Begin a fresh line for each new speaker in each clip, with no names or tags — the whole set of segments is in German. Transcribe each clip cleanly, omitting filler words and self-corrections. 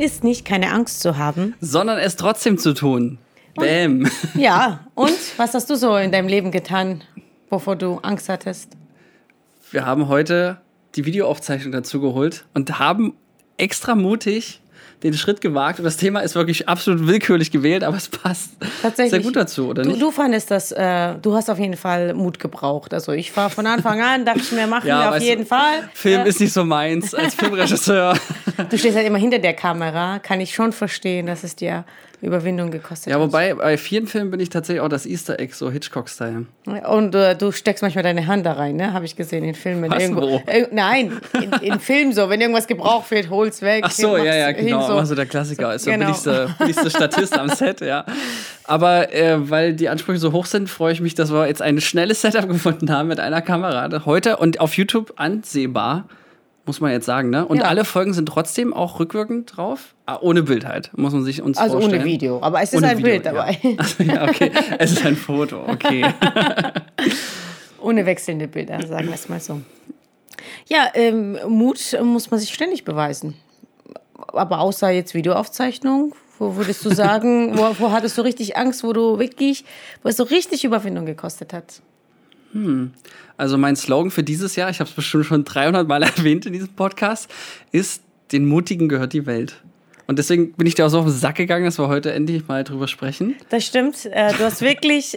ist nicht, keine Angst zu haben,
sondern es trotzdem zu tun. Bäm.
Ja, und was hast du so in deinem Leben getan, wovor du Angst hattest?
Wir haben heute die Videoaufzeichnung dazu geholt und haben extra mutig den Schritt gewagt. Und das Thema ist wirklich absolut willkürlich gewählt, aber es passt sehr gut dazu, oder nicht?
Du fandest das, du hast auf jeden Fall Mut gebraucht. Also ich war von Anfang an, dachte ich mir, machen wir auf jeden Fall.
Film ist nicht so meins als Filmregisseur.
Du stehst halt immer hinter der Kamera, kann ich schon verstehen, dass es dir Überwindung gekostet hat.
Ja, wobei, bei vielen Filmen bin ich tatsächlich auch das Easter Egg, so Hitchcock-Style.
Und du steckst manchmal deine Hand da rein, ne? Habe ich gesehen in Filmen.
Was,
irgendwo. Nein, in Filmen so. Wenn irgendwas gebraucht wird, hol's weg.
Ach so, ja, genau.
So.
Immer so der Klassiker. Ist
Genau.
Der billigste Statist am Set, ja. Aber weil die Ansprüche so hoch sind, freue ich mich, dass wir jetzt ein schnelles Setup gefunden haben mit einer Kamera. Heute und auf YouTube ansehbar. Muss man jetzt sagen, ne? Und
ja.
alle Folgen sind trotzdem auch rückwirkend drauf. Ohne Bild halt, muss man sich uns vorstellen.
Also ohne Video, aber es ist ein Bild dabei.
Ja. Also, ja, okay. Es ist ein Foto, okay.
Ohne wechselnde Bilder, sagen wir es mal so. Ja, Mut muss man sich ständig beweisen. Aber außer jetzt Videoaufzeichnung, wo würdest du sagen, wo hattest du richtig Angst, wo es so richtig Überwindung gekostet hat?
Also mein Slogan für dieses Jahr, ich habe es bestimmt schon 300 Mal erwähnt in diesem Podcast, ist: Den Mutigen gehört die Welt. Und deswegen bin ich dir auch so auf den Sack gegangen, dass wir heute endlich mal drüber sprechen.
Das stimmt. Du hast wirklich,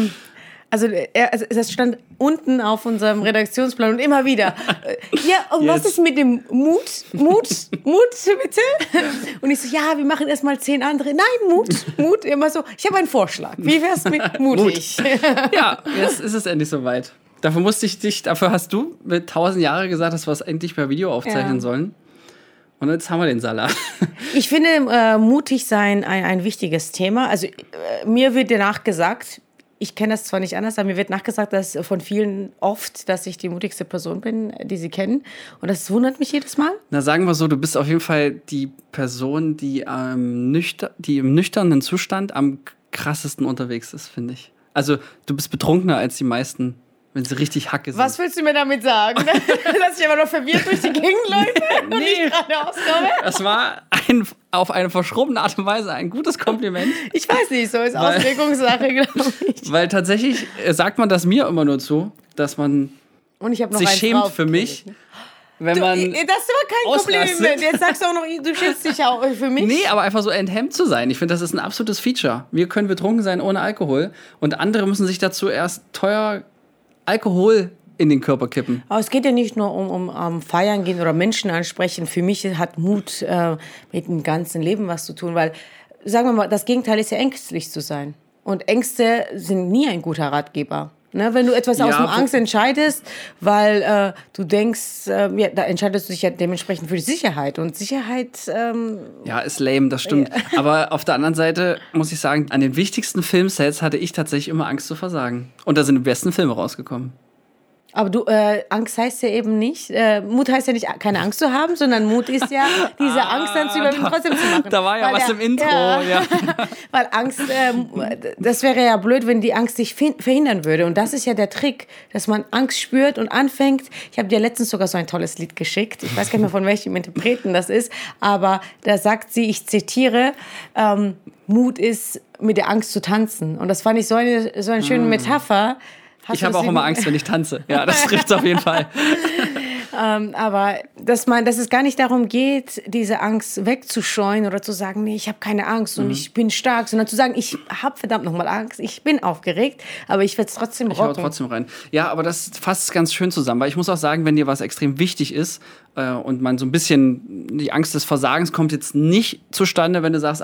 das stand unten auf unserem Redaktionsplan und immer wieder. Ja, und was ist mit dem Mut? Mut, bitte? Und ich so, ja, wir machen erst mal 10 andere. Nein, Mut. Immer so, ich habe einen Vorschlag. Wie wär's mit mutig?
Ja, jetzt ist es endlich soweit. Dafür hast du mit 1000 Jahre gesagt, dass wir es endlich per Video aufzeichnen sollen. Und jetzt haben wir den Salat.
Ich finde, mutig sein ein wichtiges Thema. Also mir wird danach gesagt, ich kenne das zwar nicht anders, aber mir wird nachgesagt, dass von vielen oft, dass ich die mutigste Person bin, die sie kennen. Und das wundert mich jedes Mal.
Na, sagen wir so, du bist auf jeden Fall die Person, die im nüchternen Zustand am krassesten unterwegs ist, finde ich. Also du bist betrunkener als die meisten, wenn sie richtig Hacke sind.
Was willst du mir damit sagen? Dass ich aber noch verwirrt durch die Gegend läufe und nicht geradeaus komme?
Das war auf eine verschrobene Art und Weise ein gutes Kompliment.
Ich weiß nicht, so ist Auslegungssache, glaube ich.
Weil tatsächlich sagt man das mir immer nur zu, dass man sich schämt für mich, wenn man
das war kein Kompliment. Jetzt sagst du auch noch, du schämst dich auch für mich.
Nee, aber einfach so enthemmt zu sein. Ich finde, das ist ein absolutes Feature. Wir können betrunken sein ohne Alkohol und andere müssen sich dazu erst teuer Alkohol in den Körper kippen.
Aber es geht ja nicht nur um Feiern gehen oder Menschen ansprechen. Für mich hat Mut mit dem ganzen Leben was zu tun, weil, sagen wir mal, das Gegenteil ist ja ängstlich zu sein. Und Ängste sind nie ein guter Ratgeber. Ne, wenn du etwas aus dem Angst entscheidest, weil du denkst, da entscheidest du dich ja dementsprechend für die Sicherheit. Und Sicherheit...
ja, ist lame, das stimmt. Ja. Aber auf der anderen Seite muss ich sagen, an den wichtigsten Filmsets hatte ich tatsächlich immer Angst zu versagen. Und da sind die besten Filme rausgekommen.
Aber Angst heißt ja eben nicht, Mut heißt ja nicht, keine Angst zu haben, sondern Mut ist ja, diese Angst dann zu überwinden, trotzdem zu machen.
Da war ja was im Intro, ja.
Weil Angst, das wäre ja blöd, wenn die Angst dich verhindern würde. Und das ist ja der Trick, dass man Angst spürt und anfängt. Ich habe dir letztens sogar so ein tolles Lied geschickt. Ich weiß gar nicht mehr, von welchem Interpreten das ist. Aber da sagt sie, ich zitiere, Mut ist, mit der Angst zu tanzen. Und das fand ich so eine schöne Metapher.
Ich habe auch immer Angst, wenn ich tanze. Ja, das trifft es auf jeden Fall.
Aber dass es gar nicht darum geht, diese Angst wegzuscheuen oder zu sagen, nee, ich habe keine Angst und ich bin stark, sondern zu sagen, ich habe verdammt nochmal Angst, ich bin aufgeregt, aber ich werde es trotzdem rocken.
Ich hau trotzdem rein. Ja, aber das fasst ganz schön zusammen, weil ich muss auch sagen, wenn dir was extrem wichtig ist und man so ein bisschen, die Angst des Versagens kommt jetzt nicht zustande, wenn du sagst,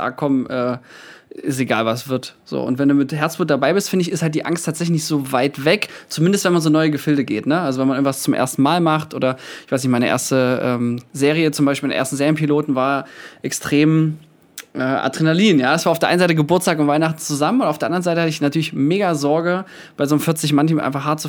ist egal, was wird. So, und wenn du mit Herzblut dabei bist, finde ich, ist halt die Angst tatsächlich nicht so weit weg. Zumindest, wenn man so neue Gefilde geht, ne? Also, wenn man irgendwas zum ersten Mal macht oder, ich weiß nicht, meine erste Serie zum Beispiel, meine ersten Serienpiloten war extrem Adrenalin, ja. Das war auf der einen Seite Geburtstag und Weihnachten zusammen und auf der anderen Seite hatte ich natürlich mega Sorge, bei so einem 40-Mann-Team einfach hart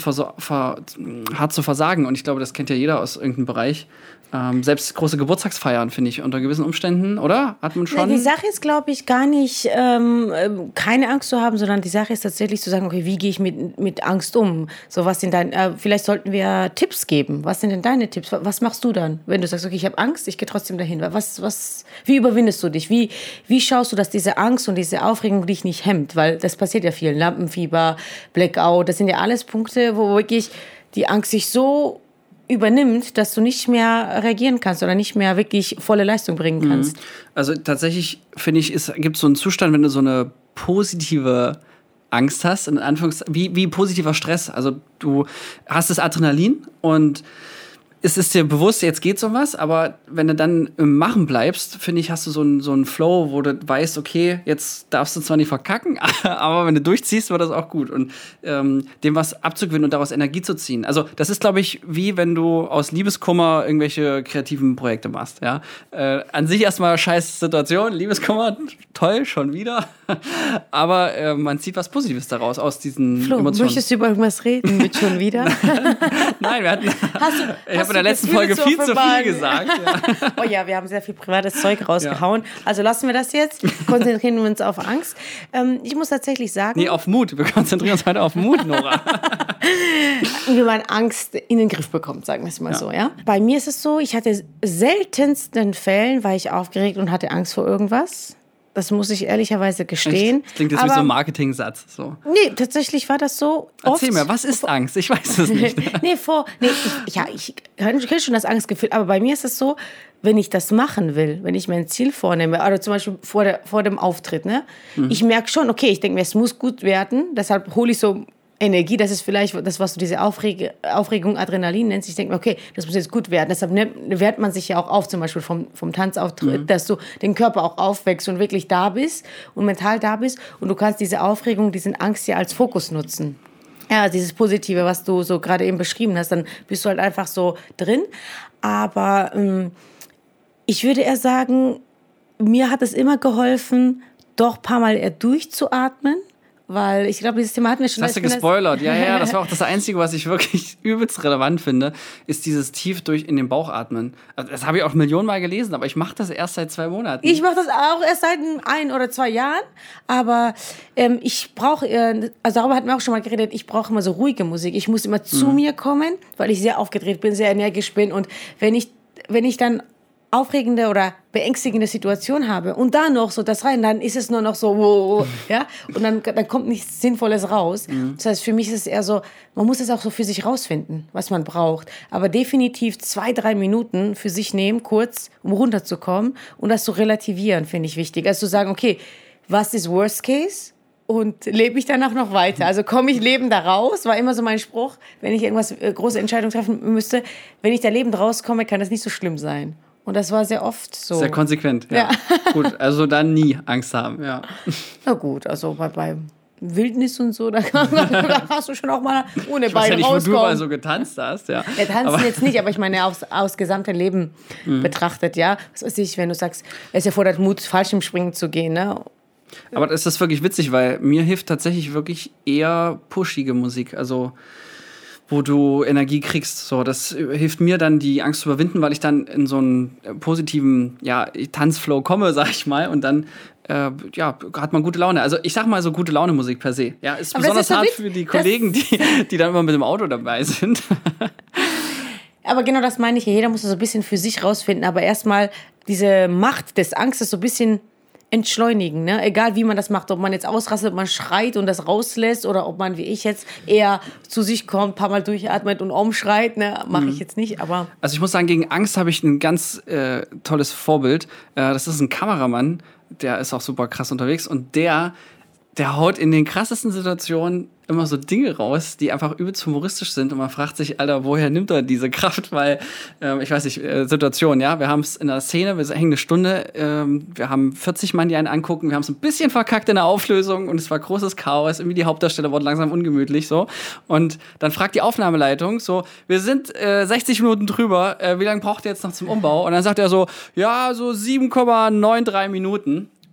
zu versagen. Und ich glaube, das kennt ja jeder aus irgendeinem Bereich. Selbst große Geburtstagsfeiern, finde ich, unter gewissen Umständen, oder? Hat man schon?
Die Sache ist, glaube ich, gar nicht, keine Angst zu haben, sondern die Sache ist tatsächlich zu sagen, okay, wie gehe ich mit Angst um? So, was sind vielleicht sollten wir Tipps geben. Was sind denn deine Tipps? Was machst du dann, wenn du sagst, okay, ich habe Angst, ich gehe trotzdem dahin? Wie überwindest du dich? Wie schaust du, dass diese Angst und diese Aufregung dich nicht hemmt? Weil das passiert ja vielen. Lampenfieber, Blackout, das sind ja alles Punkte, wo wirklich die Angst sich so übernimmt, dass du nicht mehr reagieren kannst oder nicht mehr wirklich volle Leistung bringen kannst.
Also tatsächlich, finde ich, gibt es so einen Zustand, wenn du so eine positive Angst hast, in wie positiver Stress. Also du hast das Adrenalin und es ist dir bewusst, jetzt geht's um was, aber wenn du dann im Machen bleibst, finde ich, hast du so einen Flow, wo du weißt, okay, jetzt darfst du zwar nicht verkacken, aber wenn du durchziehst, wird das auch gut. Und dem was abzugewinnen und daraus Energie zu ziehen. Also das ist, glaube ich, wie wenn du aus Liebeskummer irgendwelche kreativen Projekte machst. Ja? An sich erstmal scheiß Situation, Liebeskummer, toll, schon wieder. Aber man zieht was Positives daraus, aus diesen
Flo,
Emotionen.
Möchtest du über irgendwas reden mit schon wieder?
Nein, wir hatten... Ich habe in der letzten Folge viel zu viel gesagt. Ja.
Oh ja, wir haben sehr viel privates Zeug rausgehauen. Ja. Also lassen wir das jetzt. Konzentrieren wir uns auf Angst. Ich muss tatsächlich sagen...
Nee, auf Mut. Wir konzentrieren uns heute auf Mut, Nora.
Wie man Angst in den Griff bekommt, sagen wir es mal so. Ja? Bei mir ist es so, ich hatte seltensten Fällen, war ich aufgeregt und hatte Angst vor irgendwas. Das muss ich ehrlicherweise gestehen.
Echt? Das klingt jetzt wie so ein Marketing-Satz. So.
Nee, tatsächlich war das so.
Erzähl mir, was ist Angst? Ich weiß es nicht.
Ich kenne schon das Angstgefühl, aber bei mir ist es so, wenn ich das machen will, wenn ich mir ein Ziel vornehme, oder zum Beispiel vor dem Auftritt, ne? Ich merke schon, okay, ich denke mir, es muss gut werden, deshalb hole ich so Energie, das ist vielleicht das, was du diese Aufregung, Adrenalin nennst. Ich denke mir, okay, das muss jetzt gut werden. Deshalb wehrt man sich ja auch auf, zum Beispiel vom Tanzauftritt, dass du den Körper auch aufwächst und wirklich da bist und mental da bist. Und du kannst diese Aufregung, diesen Angst ja als Fokus nutzen. Ja, dieses Positive, was du so gerade eben beschrieben hast, dann bist du halt einfach so drin. Aber ich würde eher sagen, mir hat es immer geholfen, doch ein paar Mal eher durchzuatmen. Weil ich glaube, dieses Thema hatten wir schon.
Das hast du gespoilert. Ja, das war auch das Einzige, was ich wirklich übelst relevant finde, ist dieses tief durch in den Bauch atmen. Also das habe ich auch Millionenmal gelesen, aber ich mache das erst seit 2 Monaten.
Ich mache das auch erst seit 1 oder 2 Jahren, aber ich brauche, also darüber hatten wir auch schon mal geredet, ich brauche immer so ruhige Musik. Ich muss immer zu mir kommen, weil ich sehr aufgedreht bin, sehr energisch bin und wenn ich dann aufregende oder beängstigende Situation habe und da noch so das rein, dann ist es nur noch so, wow, ja, und dann kommt nichts Sinnvolles raus. Das heißt, für mich ist es eher so, man muss es auch so für sich rausfinden, was man braucht, aber definitiv 2-3 Minuten für sich nehmen, kurz, um runterzukommen und das zu relativieren, finde ich wichtig. Also zu sagen, okay, was ist Worst Case? Und lebe ich danach noch weiter? Also komme ich lebend da raus? War immer so mein Spruch, wenn ich irgendwas, große Entscheidungen treffen müsste, wenn ich da lebend rauskomme, kann das nicht so schlimm sein. Und das war sehr oft so.
Sehr konsequent, ja. Gut, also dann nie Angst haben, ja.
Na gut, also bei Wildnis und so, da hast du schon auch mal ohne Beine rauskommen.
Ich weiß ja nicht, wo du mal so getanzt hast, ja.
Ja, tanzen jetzt nicht, aber ich meine aufs gesamte Leben betrachtet, ja. Was weiß ich, wenn du sagst, es erfordert Mut, Fallschirmspringen zu gehen, ne?
Aber das ist wirklich witzig, weil mir hilft tatsächlich wirklich eher pushige Musik, also wo du Energie kriegst. So, das hilft mir dann, die Angst zu überwinden, weil ich dann in so einen positiven Tanzflow komme, sag ich mal, und dann hat man gute Laune. Also ich sag mal so gute Laune Musik per se. Ja, ist besonders hart für die Kollegen, die dann immer mit dem Auto dabei sind.
Aber genau das meine ich. Jeder muss so ein bisschen für sich rausfinden, aber erstmal diese Macht des Angstes so ein bisschen entschleunigen, ne? Egal wie man das macht, ob man jetzt ausrastet, ob man schreit und das rauslässt oder ob man, wie ich jetzt, eher zu sich kommt, ein paar Mal durchatmet und umschreit, ne? Mache ich jetzt nicht, aber... Also
ich muss sagen, gegen Angst habe ich ein ganz tolles Vorbild. Das ist ein Kameramann, der ist auch super krass unterwegs und der haut in den krassesten Situationen immer so Dinge raus, die einfach übelst humoristisch sind und man fragt sich, Alter, woher nimmt er diese Kraft? Weil, ich weiß nicht, Situation, ja, wir haben es in der Szene, wir hängen eine Stunde, wir haben 40 Mann, die einen angucken, wir haben es ein bisschen verkackt in der Auflösung und es war großes Chaos, irgendwie die Hauptdarsteller wurden langsam ungemütlich, so. Und dann fragt die Aufnahmeleitung so, wir sind 60 Minuten drüber, wie lange braucht ihr jetzt noch zum Umbau? Und dann sagt er so, ja, so 7,93 Minuten.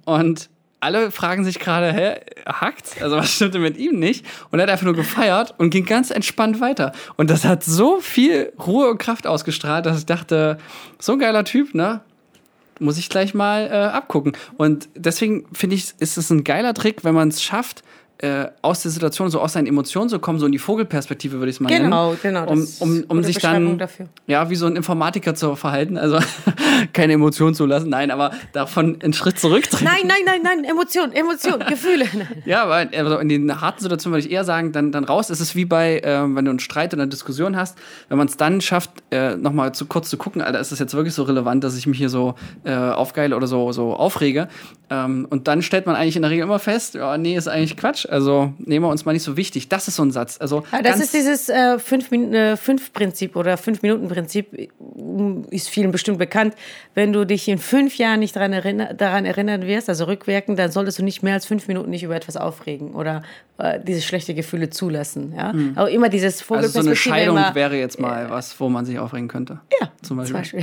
und alle fragen sich gerade, hackt's? Also was stimmt denn mit ihm nicht? Und er hat einfach nur gefeiert und ging ganz entspannt weiter. Und das hat so viel Ruhe und Kraft ausgestrahlt, dass ich dachte, so ein geiler Typ, ne? Muss ich gleich mal abgucken. Und deswegen finde ich, ist es ein geiler Trick, wenn man es schafft, aus der Situation, so aus seinen Emotionen zu kommen, so in die Vogelperspektive, würde ich es mal nennen.
Genau.
Um sich dann, ja, wie so ein Informatiker zu verhalten, also keine Emotionen zulassen, nein, aber davon einen Schritt zurücktreten.
Nein, Emotion, Gefühle.
Ja, aber also in den harten Situationen würde ich eher sagen, dann raus. Es ist wie bei, wenn du einen Streit oder eine Diskussion hast, wenn man es dann schafft, nochmal kurz zu gucken, Alter, ist das jetzt wirklich so relevant, dass ich mich hier so aufgeile oder so aufrege? Und dann stellt man eigentlich in der Regel immer fest, ja, nee, ist eigentlich Quatsch. Also nehmen wir uns mal nicht so wichtig. Das ist so ein Satz. Also
ja, das ist dieses 5-Prinzip oder 5-Minuten-Prinzip, ist vielen bestimmt bekannt. Wenn du dich in 5 Jahren nicht daran erinnern wirst, also rückwirkend, dann solltest du nicht mehr als 5 Minuten nicht über etwas aufregen oder diese schlechte Gefühle zulassen. Ja? Aber immer dieses Vogelperspektive.
Also so eine Scheidung wäre jetzt mal was, wo man sich aufregen könnte.
Ja, zum Beispiel.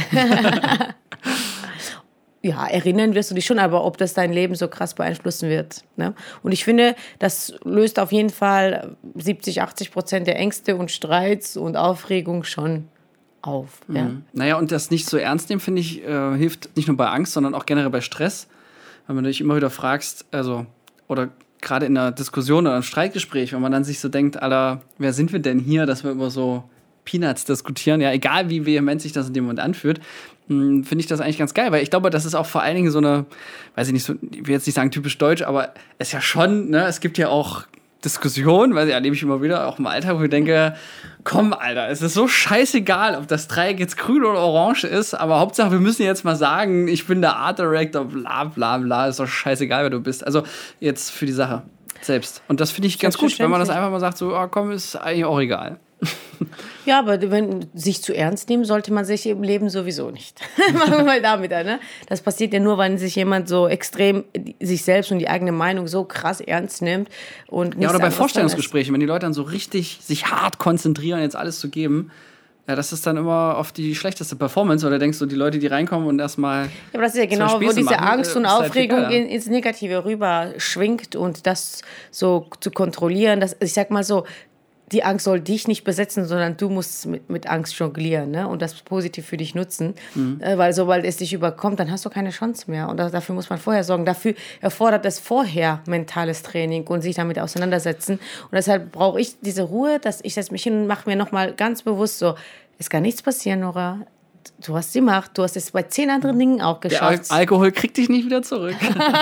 Ja, erinnern wirst du dich schon, aber ob das dein Leben so krass beeinflussen wird. Ne? Und ich finde, das löst auf jeden Fall 70-80% der Ängste und Streits und Aufregung schon auf. Ja.
Mhm. Naja, und das nicht so ernst nehmen, finde ich, hilft nicht nur bei Angst, sondern auch generell bei Stress. Wenn man dich immer wieder fragst, also, oder gerade in einer Diskussion oder einem Streitgespräch, wenn man dann sich so denkt, Alter, wer sind wir denn hier, dass wir über so Peanuts diskutieren, ja, egal wie vehement sich das in dem Moment anfühlt, finde ich das eigentlich ganz geil, weil ich glaube, das ist auch vor allen Dingen so eine, weiß ich nicht, so, ich will jetzt nicht sagen typisch deutsch, aber es ist ja schon, ne, es gibt ja auch Diskussionen, weil erlebe ich immer wieder, auch im Alltag, wo ich denke, komm, Alter, es ist so scheißegal, ob das Dreieck jetzt grün oder orange ist, aber Hauptsache, wir müssen jetzt mal sagen, ich bin der Art Director, bla bla bla, ist doch scheißegal, wer du bist. Also jetzt für die Sache selbst. Und das finde ich ganz gut, wenn man das einfach mal sagt, so, oh, komm, ist eigentlich auch egal.
Ja, aber wenn sich zu ernst nehmen, sollte man sich im Leben sowieso nicht. Machen wir mal damit an, ne? Das passiert ja nur, wenn sich jemand so extrem sich selbst und die eigene Meinung so krass ernst nimmt. Und
ja, oder bei Vorstellungsgesprächen, wenn die Leute dann so richtig sich hart konzentrieren, jetzt alles zu geben. Ja, das ist dann immer oft die schlechteste Performance. Oder denkst du, die Leute, die reinkommen und erstmal. Ja,
aber das ist ja genau, wo diese Angst und Aufregung ins Negative rüber schwingt und das so zu kontrollieren. Das, ich sag mal so, die Angst soll dich nicht besetzen, sondern du musst mit Angst jonglieren, ne? Und das positiv für dich nutzen. Weil sobald es dich überkommt, dann hast du keine Chance mehr. Und dafür muss man vorher sorgen. Dafür erfordert es vorher mentales Training und sich damit auseinandersetzen. Und deshalb brauche ich diese Ruhe, dass ich setze mich hin und mache mir nochmal ganz bewusst so, es kann nichts passieren, Nora. Du hast die Macht. Du hast es bei 10 anderen Dingen auch geschafft.
Der Alkohol kriegt dich nicht wieder zurück.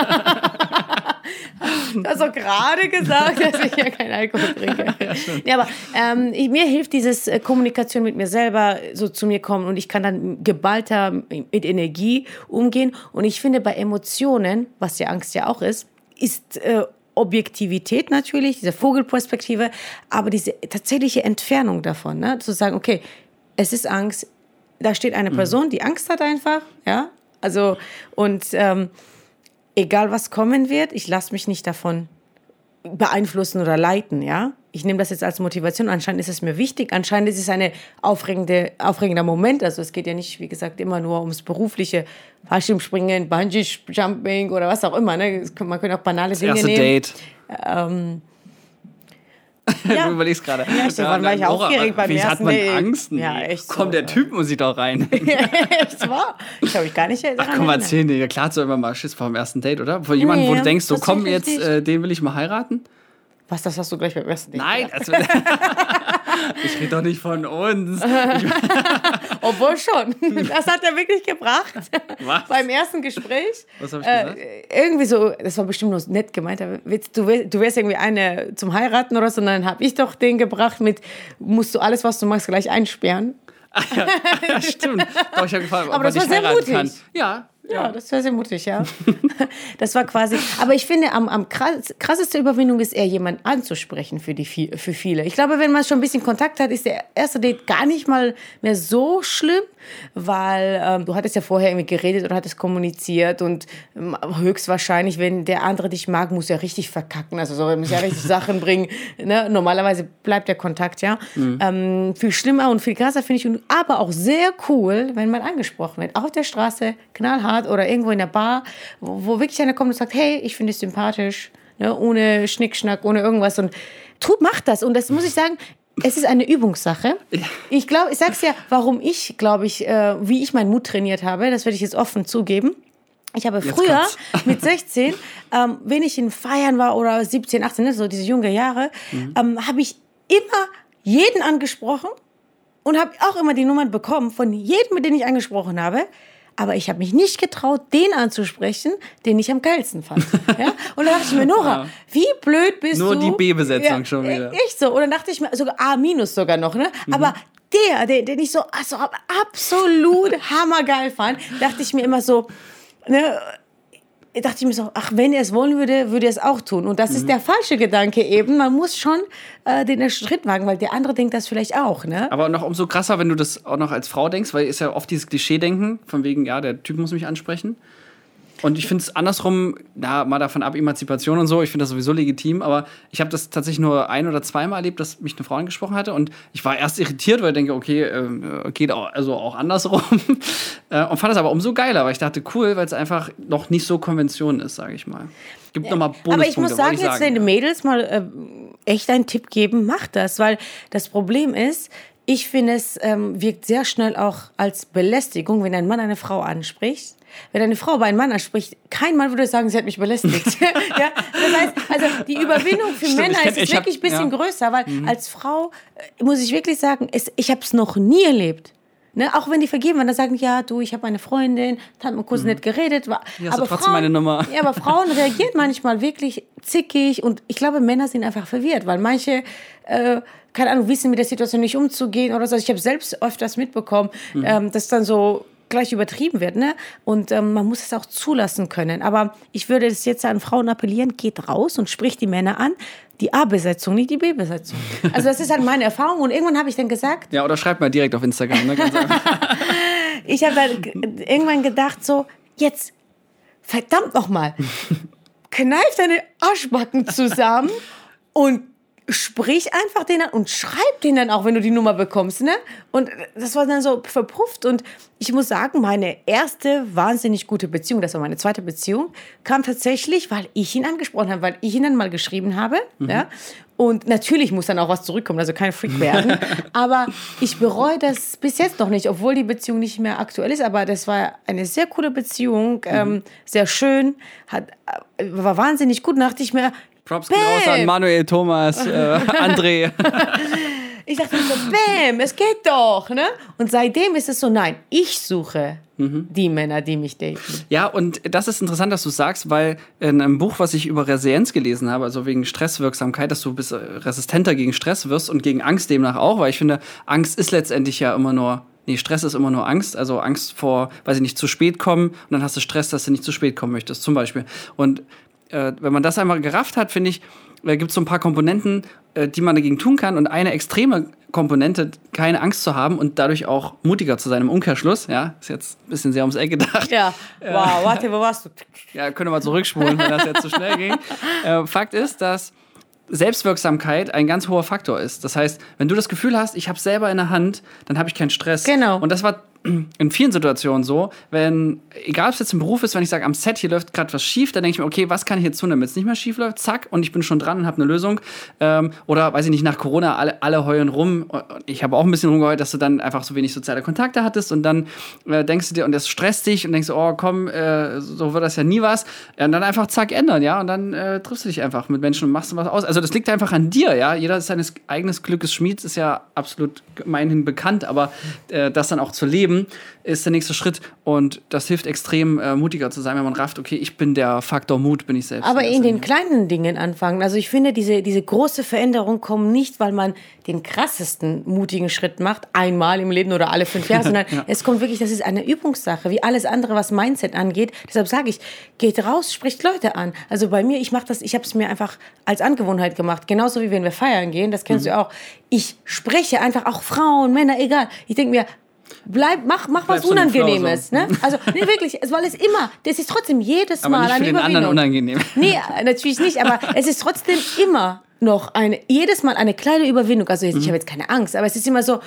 Du hast doch gerade gesagt, dass ich ja keinen Alkohol trinke. Ja, aber mir hilft dieses Kommunikation mit mir selber, so zu mir kommen und ich kann dann geballter mit Energie umgehen. Und ich finde, bei Emotionen, was ja Angst ja auch ist Objektivität natürlich, diese Vogelperspektive, aber diese tatsächliche Entfernung davon, ne? Zu sagen, okay, es ist Angst, da steht eine Person, die Angst hat einfach, ja, also und egal was kommen wird, ich lasse mich nicht davon beeinflussen oder leiten, ja. Ich nehme das jetzt als Motivation, anscheinend ist es mir wichtig, anscheinend ist es ein aufregender Moment, also es geht ja nicht, wie gesagt, immer nur ums berufliche Fallschirmspringen, Bungee-Jumping oder was auch immer, ne? Man könnte auch banale Dinge nehmen.
Date.
Ja.
Du überlegst gerade.
Ja, war ich aufgeregt beim ersten
Hat man
Date.
Angst? Nee.
Ja, echt
Komm,
so,
der Typ muss sich doch rein.
Echt wahr? Ich glaube, ich gar nicht
Ach komm, erzähl dir. Ja, klar hast du immer mal Schiss vor dem ersten Date, oder? Vor jemandem, wo du denkst, so komm jetzt, den will ich mal heiraten?
Was, das hast du gleich beim ersten Date?
Nein, ich rede doch nicht von uns.
Obwohl schon. Das hat er wirklich gebracht.
Was?
Beim ersten Gespräch.
Was habe ich gesagt?
Irgendwie so, das war bestimmt nur nett gemeint, aber du wärst irgendwie eine zum Heiraten oder so, und dann habe ich doch den gebracht mit, musst du alles, was du machst, gleich einsperren.
Ach ja, stimmt. Doch, ich habe gefragt, ob
aber
man
das
dich
war sehr
heiraten
mutig.
kann. Ja,
das war sehr mutig, ja. Das war quasi, aber ich finde, am krasseste Überwindung ist eher, jemanden anzusprechen für viele. Ich glaube, wenn man schon ein bisschen Kontakt hat, ist der erste Date gar nicht mal mehr so schlimm, weil du hattest ja vorher irgendwie geredet oder hattest kommuniziert und höchstwahrscheinlich, wenn der andere dich mag, muss er richtig verkacken, also so, er muss ja richtig Sachen bringen, ne? Normalerweise bleibt der Kontakt, ja. Viel schlimmer und viel krasser finde ich, aber auch sehr cool, wenn man angesprochen wird, auf der Straße, knallhart, Art oder irgendwo in der Bar, wo wirklich einer kommt und sagt, hey, ich finde dich sympathisch, ne, ohne Schnickschnack, ohne irgendwas und macht das. Und das muss ich sagen, es ist eine Übungssache. Ich glaube, ich sag's ja, warum ich, glaube ich, wie ich meinen Mut trainiert habe, das werde ich jetzt offen zugeben. Ich habe früher mit 16, wenn ich in Feiern war oder 17, 18, so diese jungen Jahre, habe ich immer jeden angesprochen und habe auch immer die Nummern bekommen von jedem, mit dem ich angesprochen habe. Aber ich habe mich nicht getraut, den anzusprechen, den ich am geilsten fand. Ja? Und dann dachte ich mir, Nora, wie blöd bist du?
Nur die B-Besetzung schon wieder.
Echt so. Und dann dachte ich mir, sogar A- sogar noch. Ne? Aber den ich so absolut hammergeil fand, dachte ich mir immer so, ne, dachte ich mir so, ach, wenn er es wollen würde, würde er es auch tun. Und das ist der falsche Gedanke eben. Man muss schon den Schritt wagen, weil der andere denkt das vielleicht auch. Ne?
Aber noch umso krasser, wenn du das auch noch als Frau denkst, weil ist ja oft dieses Klischee-Denken, von wegen, ja, der Typ muss mich ansprechen. Und ich finde es andersrum, mal davon ab, Emanzipation und so, ich finde das sowieso legitim, aber ich habe das tatsächlich nur 1- oder zweimal erlebt, dass mich eine Frau angesprochen hatte und ich war erst irritiert, weil ich denke, okay, geht auch andersrum und fand das aber umso geiler, weil ich dachte, cool, weil es einfach noch nicht so Konvention ist, sage ich mal. Gibt nochmal Bonuspunkte.
Aber ich muss sagen, jetzt den Mädels mal echt einen Tipp geben, macht das, weil das Problem ist, ich finde, es wirkt sehr schnell auch als Belästigung, wenn ein Mann eine Frau anspricht. Wenn eine Frau bei einem Mann anspricht, kein Mann würde sagen, sie hat mich belästigt. Ja? Das heißt, also die Überwindung für Männer ist wirklich ein bisschen größer, weil als Frau muss ich wirklich sagen, ich habe es noch nie erlebt. Ne? Auch wenn die vergeben waren, dann sagen, ja, du, ich habe eine Freundin, hat mal kurz nicht geredet.
Ja, aber trotzdem meine Nummer.
Ja, aber Frauen reagieren manchmal wirklich zickig und ich glaube, Männer sind einfach verwirrt, weil manche keine Ahnung, wissen mit der Situation nicht umzugehen oder so. Ich habe selbst öfters mitbekommen, dass dann so gleich übertrieben wird, ne? Und man muss es auch zulassen können. Aber ich würde es jetzt an Frauen appellieren, geht raus und spricht die Männer an. Die A-Besetzung, nicht die B-Besetzung. Also das ist halt meine Erfahrung. Und irgendwann habe ich dann gesagt...
Ja, oder schreibt mal direkt auf Instagram. Ne? Ganz einfach.
Ich habe dann irgendwann gedacht so, jetzt, verdammt nochmal, kneif deine Arschbacken zusammen und sprich einfach den an und schreib den dann auch, wenn du die Nummer bekommst, ne? Und das war dann so verpufft und ich muss sagen, meine erste wahnsinnig gute Beziehung, das war meine zweite Beziehung, kam tatsächlich, weil ich ihn angesprochen habe, weil ich ihn dann mal geschrieben habe, ja? Und natürlich muss dann auch was zurückkommen, also kein Freak werden, aber ich bereue das bis jetzt noch nicht, obwohl die Beziehung nicht mehr aktuell ist, aber das war eine sehr coole Beziehung, sehr schön, war wahnsinnig gut, dachte ich mir,
Props gehen raus an Manuel, Thomas, André.
Ich dachte mir so, bam, es geht doch, ne? Und seitdem ist es so, nein, ich suche die Männer, die mich daten.
Ja, und das ist interessant, dass du sagst, weil in einem Buch, was ich über Resilienz gelesen habe, also wegen Stresswirksamkeit, dass du resistenter gegen Stress wirst und gegen Angst demnach auch, weil ich finde, Angst ist letztendlich ja immer nur Stress ist immer nur Angst, also Angst vor, weiß ich nicht, zu spät kommen und dann hast du Stress, dass du nicht zu spät kommen möchtest, zum Beispiel. Und wenn man das einmal gerafft hat, finde ich, gibt es so ein paar Komponenten, die man dagegen tun kann. Und eine extreme Komponente, keine Angst zu haben und dadurch auch mutiger zu sein im Umkehrschluss. Ja, ist jetzt ein bisschen sehr ums Eck gedacht.
Ja, wow, warte, wo warst du?
Ja, können wir mal zurückspulen, wenn das jetzt zu schnell ging. Fakt ist, dass Selbstwirksamkeit ein ganz hoher Faktor ist. Das heißt, wenn du das Gefühl hast, ich habe es selber in der Hand, dann habe ich keinen Stress.
Genau.
Und das war in vielen Situationen so, egal ob es jetzt im Beruf ist, wenn ich sage, am Set, hier läuft gerade was schief, dann denke ich mir, okay, was kann ich jetzt tun, damit es nicht mehr schief läuft? Zack, und ich bin schon dran und habe eine Lösung. Oder, weiß ich nicht, nach Corona, alle heulen rum. Ich habe auch ein bisschen rumgeheult, dass du dann einfach so wenig soziale Kontakte hattest und dann denkst du dir, und das stresst dich und denkst du, oh komm, so wird das ja nie was. Ja, und dann einfach zack, ändern, ja, und dann triffst du dich einfach mit Menschen und machst du was aus. Also das liegt einfach an dir, ja. Jeder ist seines eigenes Glückes Schmied, ist ja absolut gemeinhin bekannt, aber das dann auch zu leben, ist der nächste Schritt und das hilft extrem, mutiger zu sein, wenn man rafft, okay, ich bin der Faktor Mut, bin ich selbst.
Aber in den kleinen Dingen anfangen. Also ich finde, diese große Veränderung kommt nicht, weil man den krassesten mutigen Schritt macht, einmal im Leben oder alle 5 Jahre, sondern es kommt wirklich, das ist eine Übungssache, wie alles andere, was Mindset angeht. Deshalb sage ich, geht raus, spricht Leute an. Also bei mir, ich habe es mir einfach als Angewohnheit gemacht, genauso wie wenn wir feiern gehen, das kennst du auch. Ich spreche einfach auch Frauen, Männer, egal. Ich denke mir, mach was Unangenehmes, ne? Also, nee, wirklich, weil es immer, das ist trotzdem jedes Mal
eine Überwindung. Aber nicht für den anderen unangenehm.
Nee, natürlich nicht, aber es ist trotzdem immer noch jedes Mal eine kleine Überwindung. Also, ich habe jetzt keine Angst, aber es ist immer so,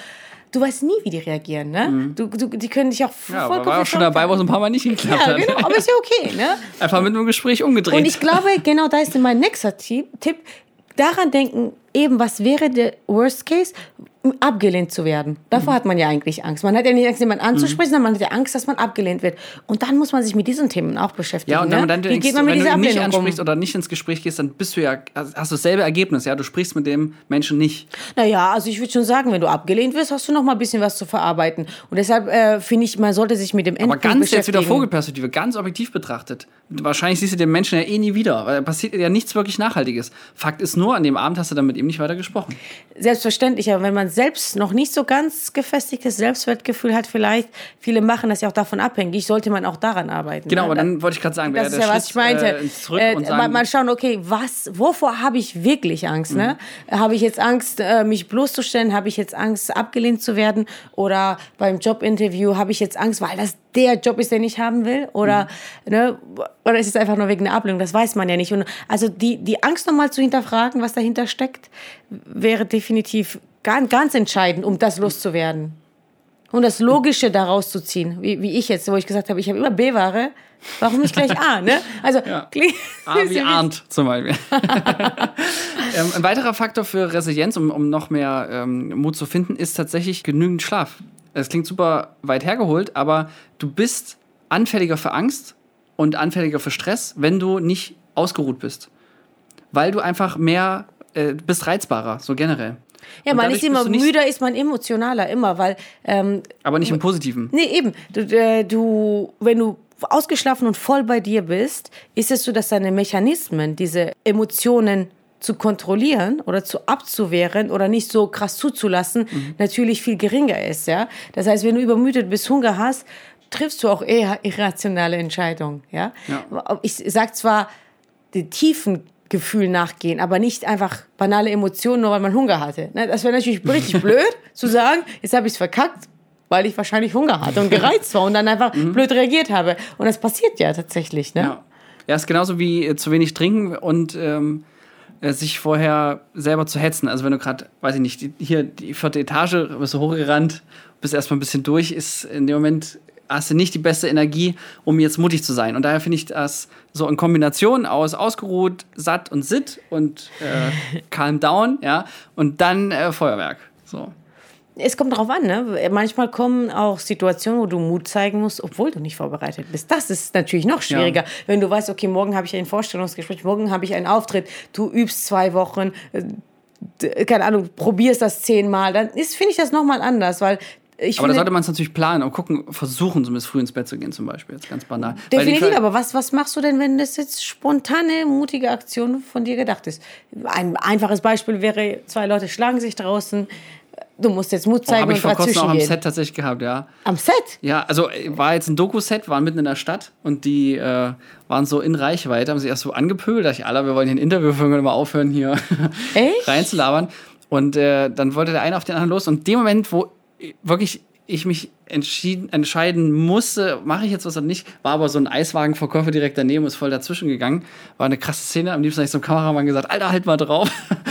du weißt nie, wie die reagieren, ne? Die können dich auch
aber war auch schon dabei, wo es ein paar Mal nicht geklappt hat.
Ja, genau, aber ist ja okay, ne?
Einfach mit einem Gespräch umgedreht.
Und ich glaube, genau da ist mein nächster Tipp, daran denken, eben, was wäre der Worst Case? Abgelehnt zu werden. Davor hat man ja eigentlich Angst. Man hat ja nicht Angst, jemanden anzusprechen, sondern man hat ja Angst, dass man abgelehnt wird. Und dann muss man sich mit diesen Themen auch beschäftigen.
Ja, und wenn man dann
Wie geht man mit
wenn
dieser
du ihn nicht
Ablehnung
ansprichst oder nicht ins Gespräch gehst, dann hast du dasselbe Ergebnis. Ja, du sprichst mit dem Menschen nicht.
Naja, also ich würde schon sagen, wenn du abgelehnt wirst, hast du noch mal ein bisschen was zu verarbeiten. Und deshalb finde ich, man sollte sich mit dem Endpunkt
beschäftigen. Aber ganz
beschäftigen.
jetzt wieder Vogelperspektive, ganz objektiv betrachtet. Wahrscheinlich siehst du den Menschen ja eh nie wieder, weil da passiert ja nichts wirklich Nachhaltiges. Fakt ist nur, an dem Abend hast du dann mit ihm nicht weiter gesprochen.
Selbstverständlich, aber wenn man selbst noch nicht so ganz gefestigtes Selbstwertgefühl hat, vielleicht, viele machen das ja auch davon abhängig, sollte man auch daran arbeiten.
Genau,
ne?
aber dann wollte ich gerade sagen,
das ist ja, was ich meinte.
Zurück und sagen,
mal schauen, okay, wovor habe ich wirklich Angst? Ne? Habe ich jetzt Angst, mich bloßzustellen? Habe ich jetzt Angst, abgelehnt zu werden? Oder beim Jobinterview habe ich jetzt Angst, weil das der Job ist, den ich haben will? Oder, ne? Oder ist es einfach nur wegen der Ablehnung? Das weiß man ja nicht. Und also die Angst nochmal zu hinterfragen, was dahinter steckt, wäre definitiv ganz entscheidend, um das loszuwerden. Und das Logische daraus zu ziehen, wie ich jetzt, wo ich gesagt habe, ich habe immer B-Ware, warum nicht gleich A, ne? Also,
ja. A wie Arndt zum Beispiel. Ein weiterer Faktor für Resilienz, um noch mehr Mut zu finden, ist tatsächlich genügend Schlaf. Das klingt super weit hergeholt, aber du bist anfälliger für Angst und anfälliger für Stress, wenn du nicht ausgeruht bist. Weil du einfach mehr bist reizbarer, so generell.
Ja, man ist immer müder, ist man emotionaler, immer, weil...
aber nicht im Positiven.
Nee, eben. Wenn du ausgeschlafen und voll bei dir bist, ist es so, dass deine Mechanismen, diese Emotionen zu kontrollieren oder abzuwehren oder nicht so krass zuzulassen, natürlich viel geringer ist, ja. Das heißt, wenn du übermüdet bist, Hunger hast, triffst du auch eher irrationale Entscheidungen, ja. Ich sag zwar, die tiefen Gefühl nachgehen, aber nicht einfach banale Emotionen, nur weil man Hunger hatte. Das wäre natürlich richtig blöd, zu sagen, jetzt habe ich es verkackt, weil ich wahrscheinlich Hunger hatte und gereizt war und dann einfach blöd reagiert habe. Und das passiert ja tatsächlich. Ne?
Ja, ist genauso wie zu wenig trinken und sich vorher selber zu hetzen. Also wenn du gerade, weiß ich nicht, hier die 4. Etage, bist du hochgerannt, bist erstmal ein bisschen durch, ist in dem Moment hast du nicht die beste Energie, um jetzt mutig zu sein. Und daher finde ich das so in Kombination aus ausgeruht, satt und sitt und calm down, ja, und dann Feuerwerk. So.
Es kommt darauf an, ne? Manchmal kommen auch Situationen, wo du Mut zeigen musst, obwohl du nicht vorbereitet bist. Das ist natürlich noch schwieriger. Ja. Wenn du weißt, okay, morgen habe ich ein Vorstellungsgespräch, morgen habe ich einen Auftritt, du übst 2 Wochen, keine Ahnung, probierst das 10-mal, dann finde ich das nochmal anders, weil
aber da sollte man es natürlich planen und versuchen, zumindest früh ins Bett zu gehen zum Beispiel. Jetzt ganz banal.
Definitiv, aber was machst du denn, wenn das jetzt spontane, mutige Aktion von dir gedacht ist? Ein einfaches Beispiel wäre, 2 Leute schlagen sich draußen, du musst jetzt Mut zeigen und dazwischen gehen.
Habe ich vor kurzem auch am Set tatsächlich gehabt, ja.
Am Set?
Ja, also war jetzt ein Doku-Set, waren mitten in der Stadt und die waren so in Reichweite, haben sich erst so angepöbelt, dachte ich, wir wollen hier ein Interview führen, können wir mal aufhören, hier reinzulabern. Und dann wollte der eine auf den anderen los und in dem Moment, wo wirklich ich mich entscheiden musste, mache ich jetzt was oder nicht, war aber so ein Eiswagenverkäufer direkt daneben, ist voll dazwischen gegangen. War eine krasse Szene, am liebsten habe ich zum Kameramann gesagt, Alter, halt mal drauf.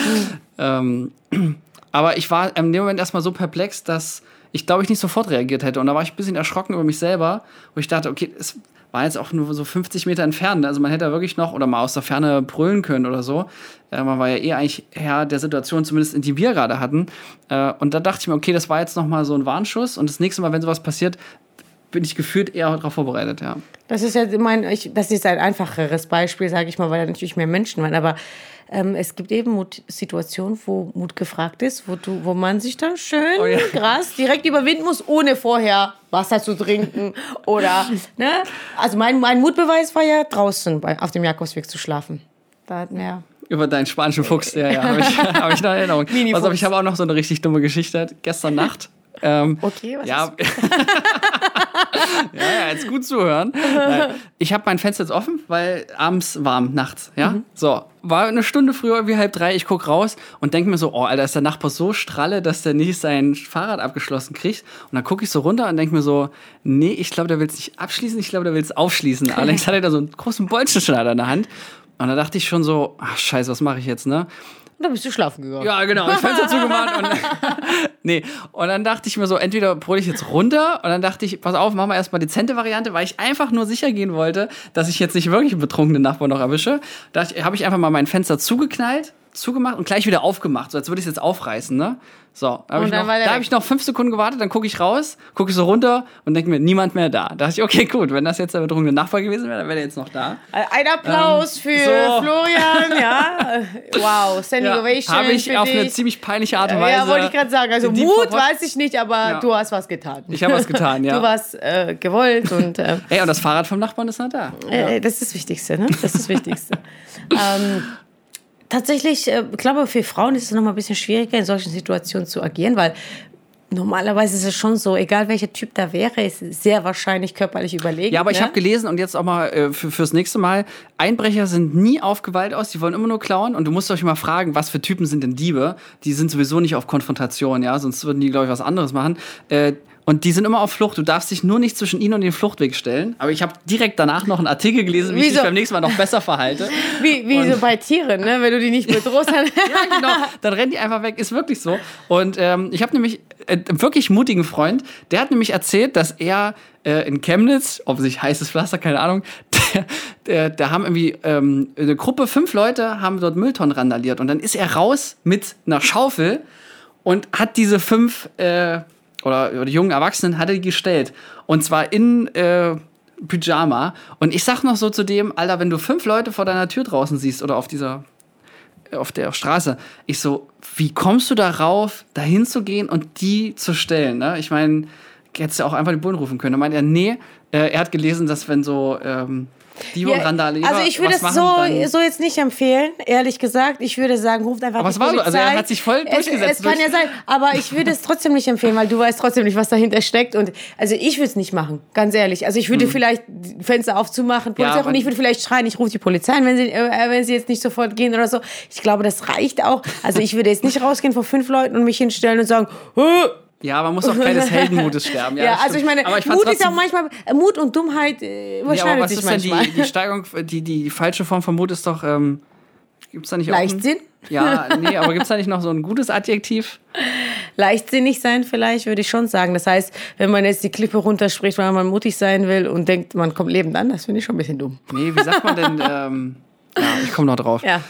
Aber ich war in dem Moment erstmal so perplex, dass ich, glaube ich, nicht sofort reagiert hätte. Und da war ich ein bisschen erschrocken über mich selber, wo ich dachte, okay, es war jetzt auch nur so 50 Meter entfernt. Also man hätte da wirklich noch oder mal aus der Ferne brüllen können oder so. Man war ja eigentlich Herr der Situation, zumindest in die wir gerade hatten. Und da dachte ich mir, okay, das war jetzt noch mal so ein Warnschuss. Und das nächste Mal, wenn sowas passiert, bin ich gefühlt eher darauf vorbereitet, ja. Das ist ja
das ist ein einfacheres Beispiel, sage ich mal, weil da natürlich mehr Menschen waren. Aber es gibt eben Situationen, wo Mut gefragt ist, wo man sich dann schön Gras direkt überwinden muss, ohne vorher Wasser zu trinken. Oder, ne? Also mein Mutbeweis war ja draußen auf dem Jakobsweg zu schlafen. Da hat mir...
Über deinen spanischen Fuchs, ja, habe ich noch Erinnerung. Also, ich habe auch noch so eine richtig dumme Geschichte. Gestern Nacht.
Okay, was
ja. Ja, jetzt gut zuhören. Ich habe mein Fenster jetzt offen, weil abends warm, nachts. Ja? So, war eine Stunde früher, wie 2:30, ich gucke raus und denke mir so, oh, Alter, ist der Nachbar so stralle, dass der nicht sein Fahrrad abgeschlossen kriegt. Und dann gucke ich so runter und denke mir so, nee, ich glaube, der will es nicht abschließen, ich glaube, der will es aufschließen. Allerdings hat er da so einen großen Bolzenschneider in der Hand. Und da dachte ich schon so, ach scheiße, was mache ich jetzt, ne?
Und dann bist du schlafen gegangen.
Ja, genau, ich Fenster zugemacht und nee. Und dann dachte ich mir so, entweder brülle ich jetzt runter und dann dachte ich, pass auf, machen wir erstmal die dezente Variante, weil ich einfach nur sicher gehen wollte, dass ich jetzt nicht wirklich einen betrunkenen Nachbarn noch erwische. Da habe ich einfach mal mein Fenster zugemacht und gleich wieder aufgemacht, so als würde ich es jetzt aufreißen, ne? So, da habe ich noch 5 Sekunden gewartet, dann gucke ich raus, gucke ich so runter und denke mir, niemand mehr da. Da dachte ich, okay, gut, wenn das jetzt der betrunkene Nachbar gewesen wäre, dann wäre der jetzt noch da.
Ein Applaus für Florian, ja. Wow, Standing Ovation.
Habe ich auf eine ziemlich peinliche Art und Weise.
Ja, wollte ich gerade sagen. Also Mut weiß ich nicht, aber du hast was getan.
Ich habe was getan, ja.
Du warst gewollt und...
Ey, und das Fahrrad vom Nachbarn ist noch da.
Das ist das Wichtigste, ne? Das ist das Wichtigste. Tatsächlich, ich glaube, für Frauen ist es noch mal ein bisschen schwieriger, in solchen Situationen zu agieren, weil normalerweise ist es schon so, egal welcher Typ da wäre, ist sehr wahrscheinlich körperlich überlegen.
Ja, aber ich habe gelesen und jetzt auch mal fürs nächste Mal, Einbrecher sind nie auf Gewalt aus, die wollen immer nur klauen und du musst euch mal fragen, was für Typen sind denn Diebe? Die sind sowieso nicht auf Konfrontation, ja, sonst würden die, glaube ich, was anderes machen. Und die sind immer auf Flucht. Du darfst dich nur nicht zwischen ihnen und den Fluchtweg stellen. Aber ich habe direkt danach noch einen Artikel gelesen, wie ich mich beim nächsten Mal noch besser verhalte.
Wie so bei Tieren, ne? Wenn du die nicht bedrohst.
Ja, genau. Dann rennen die einfach weg. Ist wirklich so. Und ich habe nämlich einen wirklich mutigen Freund. Der hat nämlich erzählt, dass er in Chemnitz, ob sich heißes Pflaster, keine Ahnung, da haben irgendwie eine Gruppe, 5 Leute haben dort Mülltonnen randaliert. Und dann ist er raus mit einer Schaufel und hat diese 5... oder die jungen Erwachsenen hatte die gestellt. Und zwar in Pyjama. Und ich sag noch so zu dem, Alter, wenn du 5 Leute vor deiner Tür draußen siehst oder auf der Straße, ich so, wie kommst du darauf, da hinzugehen und die zu stellen? Ne? Ich meine, hättest du auch einfach die Bullen rufen können. Da meint er, nee, er hat gelesen, dass wenn so Diebe und Randalierer
also ich würde es so jetzt nicht empfehlen, ehrlich gesagt. Ich würde sagen, ruft einfach die Polizei.
Also er hat sich voll durchgesetzt.
Es kann ja sein, aber ich würde es trotzdem nicht empfehlen, weil du weißt trotzdem nicht, was dahinter steckt. Und also ich würde es nicht machen, ganz ehrlich. Also ich würde vielleicht Fenster aufzumachen, Polizei, und ich würde vielleicht schreien, ich rufe die Polizei an, wenn sie jetzt nicht sofort gehen oder so. Ich glaube, das reicht auch. Also ich würde jetzt nicht rausgehen vor 5 Leuten und mich hinstellen und sagen,
ja, man muss auch keines Heldenmutes sterben.
Ja, also ich meine, Mut ist auch manchmal, Mut und Dummheit überschneiden sich manchmal.
Was ist denn die Steigerung, die falsche Form von Mut ist doch, gibt's da nicht
Leichtsinn?
Ja, nee, aber gibt's da nicht noch so ein gutes Adjektiv?
Leichtsinnig sein vielleicht, würde ich schon sagen. Das heißt, wenn man jetzt die Klippe runterspricht, weil man mutig sein will und denkt, man kommt lebend an, das finde ich schon ein bisschen dumm.
Nee, wie sagt man denn, ja, ich komme noch drauf.
Ja.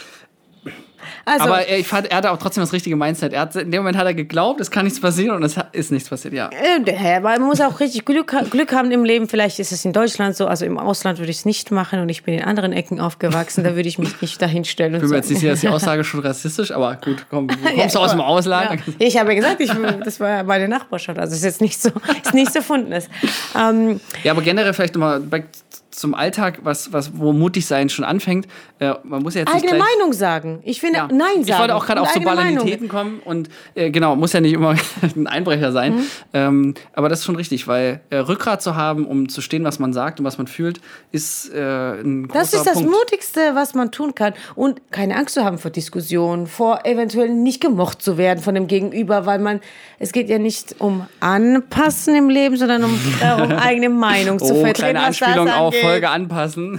Also,
aber er hatte auch trotzdem das richtige Mindset. In dem Moment hat er geglaubt, es kann nichts passieren und es ist nichts passiert, ja.
Aber man muss auch richtig Glück haben im Leben. Vielleicht ist es in Deutschland so, also im Ausland würde ich es nicht machen und ich bin in anderen Ecken aufgewachsen, da würde ich mich nicht dahin stellen. Ich
bin mir jetzt nicht sicher, ist die Aussage schon rassistisch, aber gut, komm, du kommst aus dem Ausland.
Ja. Ich habe ja gesagt, das war meine Nachbarschaft, also es ist jetzt nicht so, Fundes.
Ja, aber generell vielleicht nochmal back zum Alltag, wo mutig sein schon anfängt. Man muss ja jetzt
eigene Meinung sagen. Ich finde, Nein sagen.
Ich wollte auch gerade auf so Banalitäten kommen und genau, muss ja nicht immer ein Einbrecher sein. Aber das ist schon richtig, weil Rückgrat zu haben, um zu stehen, was man sagt und was man fühlt, ist ein großer Punkt.
Das ist das Mutigste, was man tun kann. Und keine Angst zu haben vor Diskussionen, vor eventuell nicht gemocht zu werden von dem Gegenüber, weil es geht ja nicht um Anpassen im Leben, sondern um eigene Meinung zu vertreten.
Kleine Anspielung auf Folge anpassen.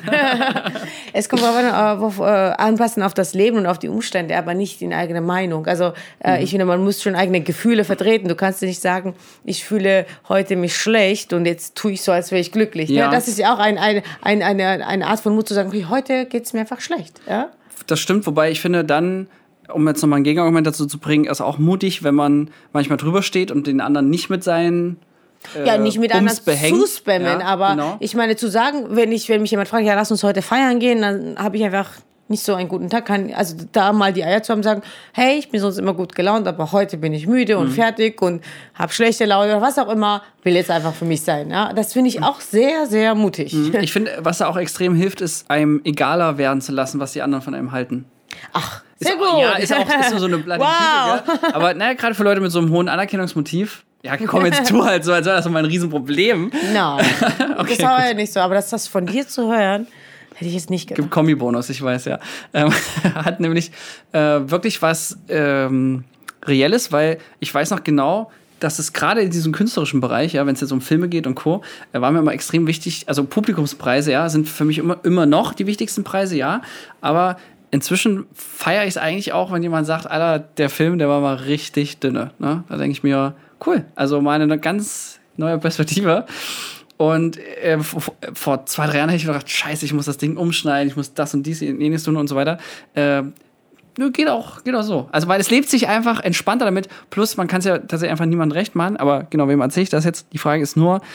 Es kommt auf anpassen auf das Leben und auf die Umstände, aber nicht in eigene Meinung. Also ich finde, man muss schon eigene Gefühle vertreten. Du kannst nicht sagen, ich fühle heute mich schlecht und jetzt tue ich so, als wäre ich glücklich. Ja. Das ist ja auch eine Art von Mut zu sagen, okay, heute geht es mir einfach schlecht. Ja?
Das stimmt, wobei ich finde dann, um jetzt nochmal ein Gegenargument dazu zu bringen, ist auch mutig, wenn man manchmal drüber steht und den anderen nicht mit seinen
nicht mit anderen zu spammen, aber genau. Ich meine zu sagen, wenn mich jemand fragt, ja, lass uns heute feiern gehen, dann habe ich einfach nicht so einen guten Tag, also da mal die Eier zu haben, sagen, hey, ich bin sonst immer gut gelaunt, aber heute bin ich müde und fertig und habe schlechte Laune oder was auch immer, will jetzt einfach für mich sein. Ja? Das finde ich auch sehr, sehr mutig.
Ich finde, was da auch extrem hilft, ist, einem egaler werden zu lassen, was die anderen von einem halten.
Ach, sehr gut.
Ja, ist nur so eine Plattitüde. Wow. Aber gerade für Leute mit so einem hohen Anerkennungsmotiv, ja, komm, jetzt tu halt so, als wäre das so mein Riesenproblem.
Nein, okay, das war ja nicht so. Aber das von dir zu hören, hätte ich jetzt nicht gedacht.
Gibt Kombi-Bonus, ich weiß ja. Hat nämlich wirklich was Reelles, weil ich weiß noch genau, dass es gerade in diesem künstlerischen Bereich, ja, wenn es jetzt um Filme geht und Co., war mir immer extrem wichtig, also Publikumspreise, ja, sind für mich immer noch die wichtigsten Preise, ja, aber inzwischen feiere ich es eigentlich auch, wenn jemand sagt, Alter, der Film, der war mal richtig dünne, ne? Da denke ich mir, cool, also mal eine ganz neue Perspektive. Und vor 2-3 Jahren hätte ich gedacht, scheiße, ich muss das Ding umschneiden, ich muss das und dies, jenes tun und so weiter. Geht auch so. Also, weil es lebt sich einfach entspannter damit. Plus, man kann es ja tatsächlich einfach niemandem recht machen. Aber genau, wem erzähle ich das jetzt? Die Frage ist nur,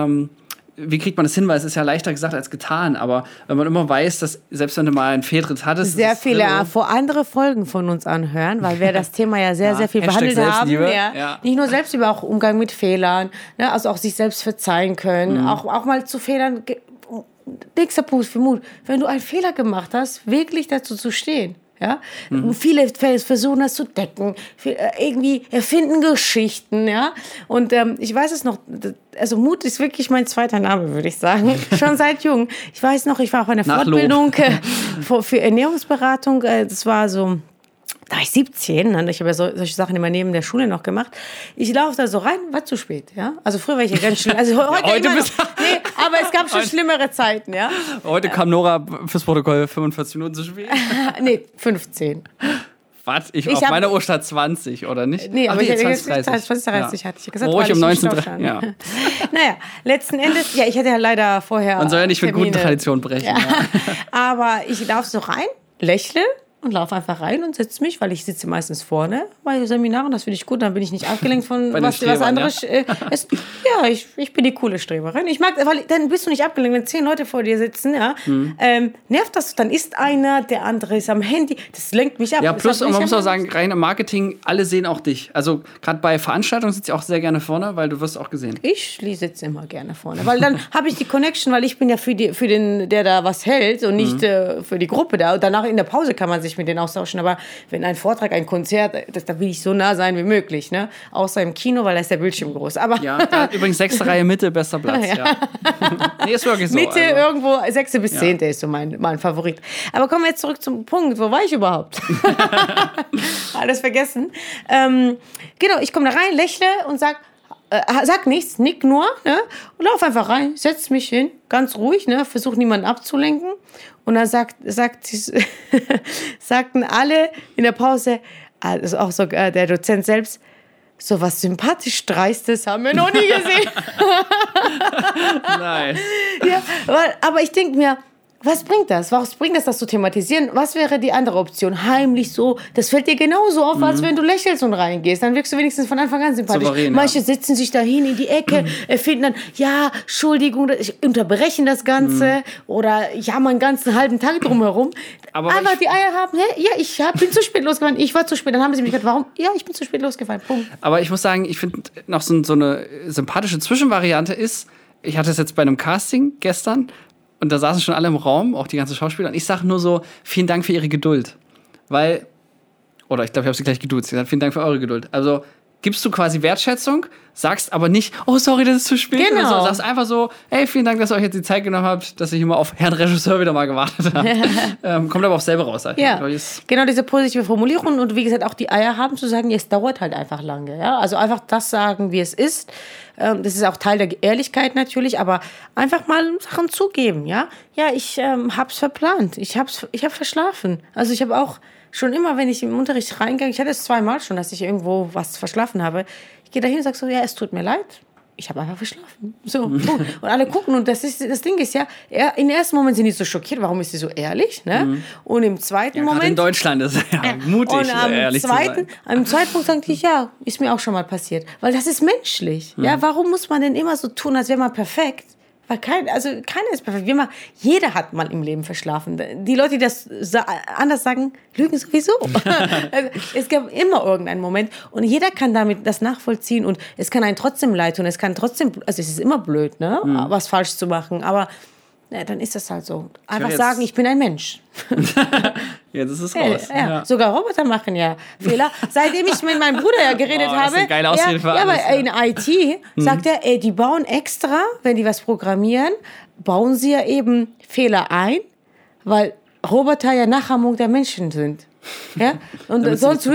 wie kriegt man das hin? Weil es ist ja leichter gesagt als getan. Aber wenn man immer weiß, dass selbst wenn du mal einen Fehltritt hattest...
Sehr viele vor andere Folgen von uns anhören, weil wir das Thema ja sehr viel behandelt haben. Ja. Nicht nur Selbstliebe, auch Umgang mit Fehlern. Ne? Also auch sich selbst verzeihen können. Auch mal zu Fehlern... Nächster Punkt für Mut. Wenn du einen Fehler gemacht hast, wirklich dazu zu stehen. Ja? Viele versuchen das zu decken, irgendwie erfinden Geschichten, ja. Und ich weiß es noch, also Mut ist wirklich mein zweiter Name, würde ich sagen, schon seit jung. Ich weiß noch, ich war auf einer Fortbildung für Ernährungsberatung, das war so... Da war ich 17, ich habe ja solche Sachen immer neben der Schule noch gemacht. Ich laufe da so rein, war zu spät, ja. Also früher war ich ja ganz schlimm. Also heute immer noch. Nee, aber es gab schon schlimmere Zeiten, ja.
Heute kam Nora fürs Protokoll 45 Minuten zu spät.
Nee, 15.
Was? Auf meiner Uhr stand 20, oder nicht?
Nee, aber ich hatte
20:30
hatte ich gesagt.
Ruhig um 19:30. Ja.
Naja, letzten Endes, ich hatte ja leider vorher
Man soll ja nicht mit guten Traditionen brechen. Ja.
Aber ich laufe so rein, lächle und laufe einfach rein und setze mich, weil ich sitze meistens vorne bei Seminaren, das finde ich gut, dann bin ich nicht abgelenkt von was anderes. Ja, ich bin die coole Streberin. Ich mag, weil dann bist du nicht abgelenkt, wenn 10 Leute vor dir sitzen, ja. Nervt das, dann ist einer, der andere ist am Handy, das lenkt mich ab.
Ja, plus, man muss auch sagen, rein im Marketing, alle sehen auch dich. Also gerade bei Veranstaltungen sitze ich auch sehr gerne vorne, weil du wirst auch gesehen.
Ich sitze immer gerne vorne, weil dann habe ich die Connection, weil ich bin ja für den, der da was hält und nicht für die Gruppe da. Und danach in der Pause kann man sich mit denen austauschen, aber wenn ein Vortrag, ein Konzert, da will ich so nah sein wie möglich, ne? Außer im Kino, weil da ist der Bildschirm groß. Aber
ja, da übrigens 6. Reihe Mitte, bester Platz. Ja. Nee, ist wirklich so.
Mitte irgendwo, 6. bis 10. ist so mein Favorit. Aber kommen wir jetzt zurück zum Punkt, wo war ich überhaupt? Alles vergessen. Genau, ich komme da rein, lächle und sag nichts, nick nur, ne? Und lauf einfach rein, setz mich hin, ganz ruhig, ne? Versuch niemanden abzulenken. Und dann sagten alle in der Pause, also auch so der Dozent selbst, so was sympathisch Dreistes haben wir noch nie gesehen.
Nice.
Ja, aber ich denke mir, was bringt das? Was bringt das zu thematisieren? Was wäre die andere Option? Heimlich so, das fällt dir genauso auf, als wenn du lächelst und reingehst. Dann wirkst du wenigstens von Anfang an sympathisch. Souverän, manche setzen sich dahin in die Ecke, finden dann, ja, Entschuldigung, unterbrechen das Ganze oder jammern einen ganzen halben Tag drumherum. Aber die Eier haben, ich bin zu spät losgefahren, ich war zu spät. Dann haben sie mich gefragt, warum? Ja, ich bin zu spät losgefahren, Punkt.
Aber ich muss sagen, ich finde noch so eine sympathische Zwischenvariante ist, ich hatte es jetzt bei einem Casting gestern, und da saßen schon alle im Raum, auch die ganzen Schauspieler. Und ich sage nur so, vielen Dank für Ihre Geduld. Weil, oder ich glaube, ich habe sie gleich geduzt. Sie sagt, vielen Dank für eure Geduld. Also gibst du quasi Wertschätzung, sagst aber nicht, oh sorry, das ist zu spät.
Genau.
Oder so. Sagst einfach so, hey, vielen Dank, dass ihr euch jetzt die Zeit genommen habt, dass ich immer auf Herrn Regisseur wieder mal gewartet habe. Kommt aber auch selber raus.
Ja, genau, diese positive Formulierung und wie gesagt auch die Eier haben zu sagen, es dauert halt einfach lange. Ja? Also einfach das sagen, wie es ist. Das ist auch Teil der Ehrlichkeit natürlich, aber einfach mal Sachen zugeben. Ja, ich hab's verplant, ich hab verschlafen. Also ich habe auch schon immer, wenn ich im Unterricht reingehe, ich hatte es 2-mal schon, dass ich irgendwo was verschlafen habe. Ich gehe dahin und sage so, ja, es tut mir leid. Ich habe einfach verschlafen. So, und alle gucken. Und das Ding ist ja, im ersten Moment sind die so schockiert. Warum ist sie so ehrlich? Ne? Und im zweiten Moment...
in Deutschland ist es mutig,
und
ehrlich zu sein.
Am zweiten Punkt sage ich, ja, ist mir auch schon mal passiert. Weil das ist menschlich. Ja, warum muss man denn immer so tun, als wäre man perfekt? Weil keiner ist perfekt. Jeder hat mal im Leben verschlafen. Die Leute, die das anders sagen, lügen sowieso. Also, es gab immer irgendeinen Moment und jeder kann damit das nachvollziehen und es kann einen trotzdem leid tun. Also es ist immer blöd, ne, was falsch zu machen, aber dann ist das halt so. Einfach sagen, ich bin ein Mensch.
Jetzt ist es raus.
Ja. Sogar Roboter machen ja Fehler. Seitdem ich mit meinem Bruder geredet habe. Das ist eine geile Ausrede für alles. Aber in IT sagt er, die bauen extra, wenn die was programmieren, bauen sie ja eben Fehler ein, weil Roboter ja Nachahmung der Menschen sind. Ja? Und sonst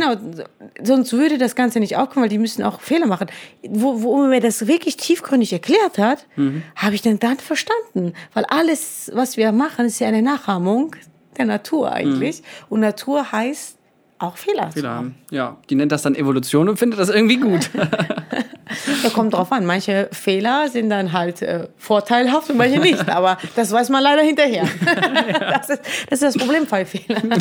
würde das Ganze nicht aufkommen, weil die müssen auch Fehler machen. Wo mir das wirklich tiefgründig erklärt hat, habe ich dann verstanden. Weil alles, was wir machen, ist ja eine Nachahmung der Natur eigentlich. Und Natur heißt auch Fehler
haben. Ja, die nennt das dann Evolution und findet das irgendwie gut.
Ja, kommt drauf an. Manche Fehler sind dann halt vorteilhaft und manche nicht. Aber das weiß man leider hinterher. Ja. Das ist das Problem bei Fehlern.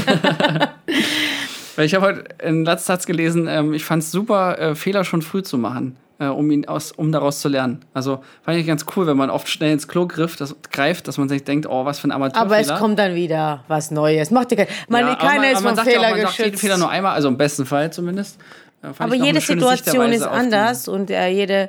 Ich habe heute einen Satz gelesen, ich fand es super, Fehler schon früh zu machen, um daraus zu lernen. Also fand ich ganz cool, wenn man oft schnell ins Klo greift, dass man sich denkt, oh, was für ein Amateurfehler.
Aber es kommt dann wieder was Neues. Macht dir keiner ist vom Fehler geschützt. Man sagt jeden Fehler nur einmal,
also im besten Fall zumindest.
Aber jede Situation ist anders und jede